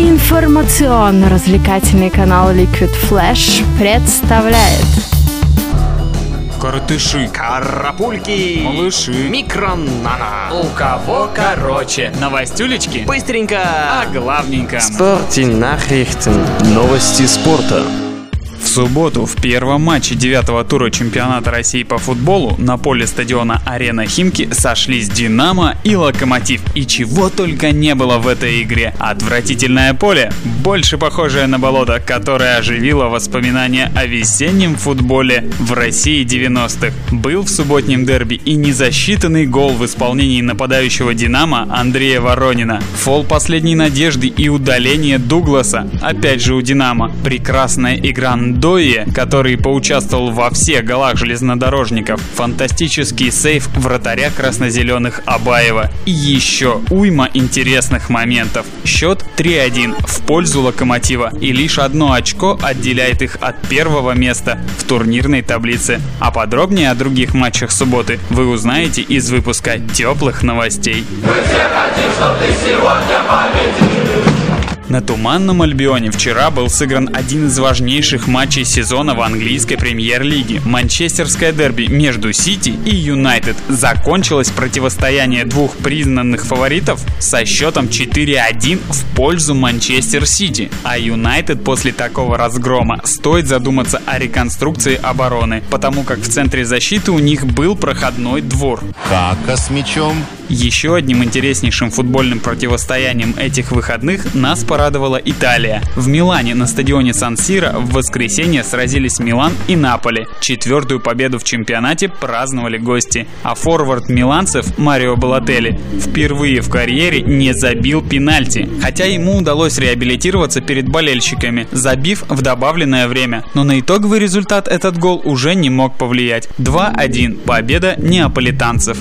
Информационно-развлекательный канал Liquid Flash представляет Коротыши, карапульки, малыши, микронана. У кого короче? Новостюлечки? Быстренько, А главненько. Спорти Nachrichten. Новости спорта. В субботу в первом матче 9-го тура чемпионата России по футболу на поле стадиона Арена Химки сошлись Динамо и Локомотив. И чего только не было в этой игре. Отвратительное поле, больше похожее на болото, которое оживило воспоминания о весеннем футболе в России 90-х. Был в субботнем дерби и незасчитанный гол в исполнении нападающего Динамо Андрея Воронина. Фол последней надежды и удаление Дугласа, опять же у Динамо. Прекрасная игра Ндое, который поучаствовал во всех голах железнодорожников, фантастический сейв вратаря красно-зеленых Абаева и еще уйма интересных моментов. Счет 3-1 в пользу Локомотива, и лишь одно очко отделяет их от первого места в турнирной таблице. А подробнее о других матчах субботы вы узнаете из выпуска теплых новостей. Мы все хотим, чтобы ты сегодня победил. На Туманном Альбионе вчера был сыгран один из важнейших матчей сезона в английской премьер-лиге. Манчестерское дерби между Сити и Юнайтед. Закончилось противостояние двух признанных фаворитов со счетом 4-1 в пользу Манчестер Сити. А Юнайтед после такого разгрома стоит задуматься о реконструкции обороны, потому как в центре защиты у них был проходной двор. Кака с мячом. Еще одним интереснейшим футбольным противостоянием этих выходных нас порадовала Италия. В Милане на стадионе Сан-Сиро в воскресенье сразились Милан и Наполи. Четвертую победу в чемпионате праздновали гости. А форвард миланцев Марио Балотелли впервые в карьере не забил пенальти. Хотя ему удалось реабилитироваться перед болельщиками, забив в добавленное время. Но на итоговый результат этот гол уже не мог повлиять. 2-1. Победа неаполитанцев.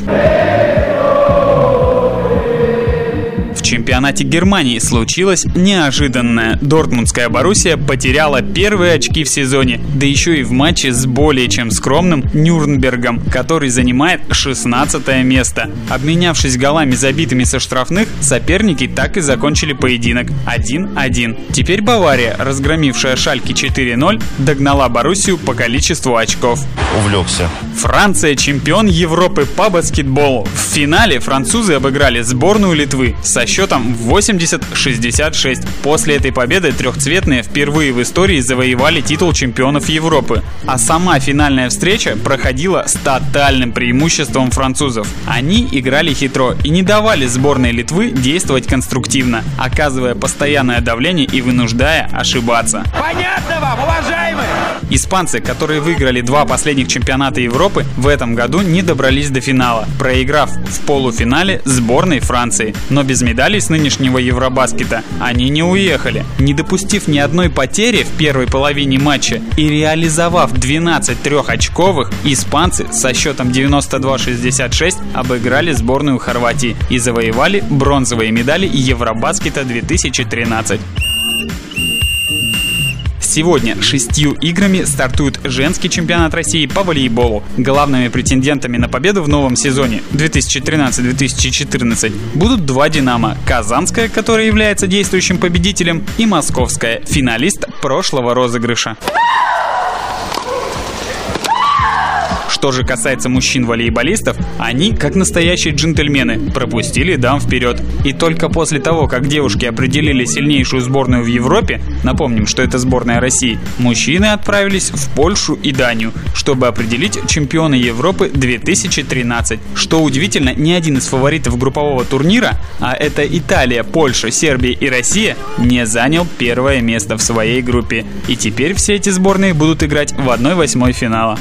В чемпионате Германии случилось неожиданное. Дортмундская Боруссия потеряла первые очки в сезоне, да еще и в матче с более чем скромным Нюрнбергом, который занимает 16 место. Обменявшись голами, забитыми со штрафных, соперники так и закончили поединок 1-1. Теперь Бавария, разгромившая Шальке 4-0, догнала Боруссию по количеству очков. Увлекся. Франция чемпион Европы по баскетболу. В финале французы обыграли сборную Литвы со счетом 80-66. После этой победы трехцветные впервые в истории завоевали титул чемпионов Европы. А сама финальная встреча проходила с тотальным преимуществом французов. Они играли хитро и не давали сборной Литвы действовать конструктивно, оказывая постоянное давление и вынуждая ошибаться. Понятно вам, уважаемые? Испанцы, которые выиграли два последних чемпионата Европы, в этом году не добрались до финала, проиграв в полуфинале сборной Франции. Но без медалей с нынешнего Евробаскета они не уехали. Не допустив ни одной потери в первой половине матча и реализовав 12 трехочковых, испанцы со счетом 92-66 обыграли сборную Хорватии и завоевали бронзовые медали Евробаскета 2013. Сегодня 6 играми стартует женский чемпионат России по волейболу. Главными претендентами на победу в новом сезоне 2013-2014 будут два «Динамо». Казанская, которая является действующим победителем, и Московская, финалист прошлого розыгрыша. Что же касается мужчин-волейболистов, они, как настоящие джентльмены, пропустили дам вперед. И только после того, как девушки определили сильнейшую сборную в Европе, напомним, что это сборная России, мужчины отправились в Польшу и Данию, чтобы определить чемпиона Европы 2013. Что удивительно, ни один из фаворитов группового турнира, а это Италия, Польша, Сербия и Россия, не занял первое место в своей группе. И теперь все эти сборные будут играть в 1/8 финала.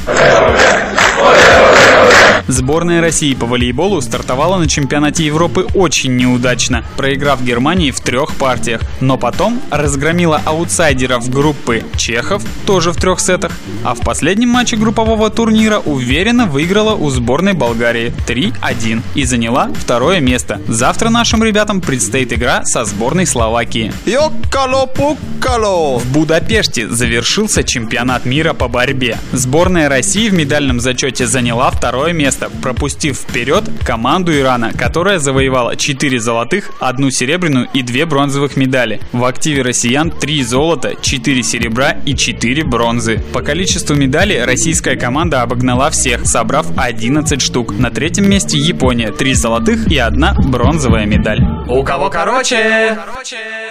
Сборная России по волейболу стартовала на чемпионате Европы очень неудачно, проиграв Германии в 3 партиях, но потом разгромила аутсайдеров группы чехов, тоже в 3 сетах, а в последнем матче группового турнира уверенно выиграла у сборной Болгарии 3-1 и заняла 2 место. Завтра нашим ребятам предстоит игра со сборной Словакии. Йоккало-пуккало! В Будапеште завершился чемпионат мира по борьбе. Сборная России в медальном зачете заняла 2 место, пропустив вперед команду Ирана, которая завоевала 4 золотых, 1 серебряную и 2 бронзовых медали. В активе россиян 3 золота, 4 серебра и 4 бронзы. По количеству медалей российская команда обогнала всех, собрав 11 штук. На третьем месте Япония, 3 золотых и 1 бронзовая медаль. У кого короче?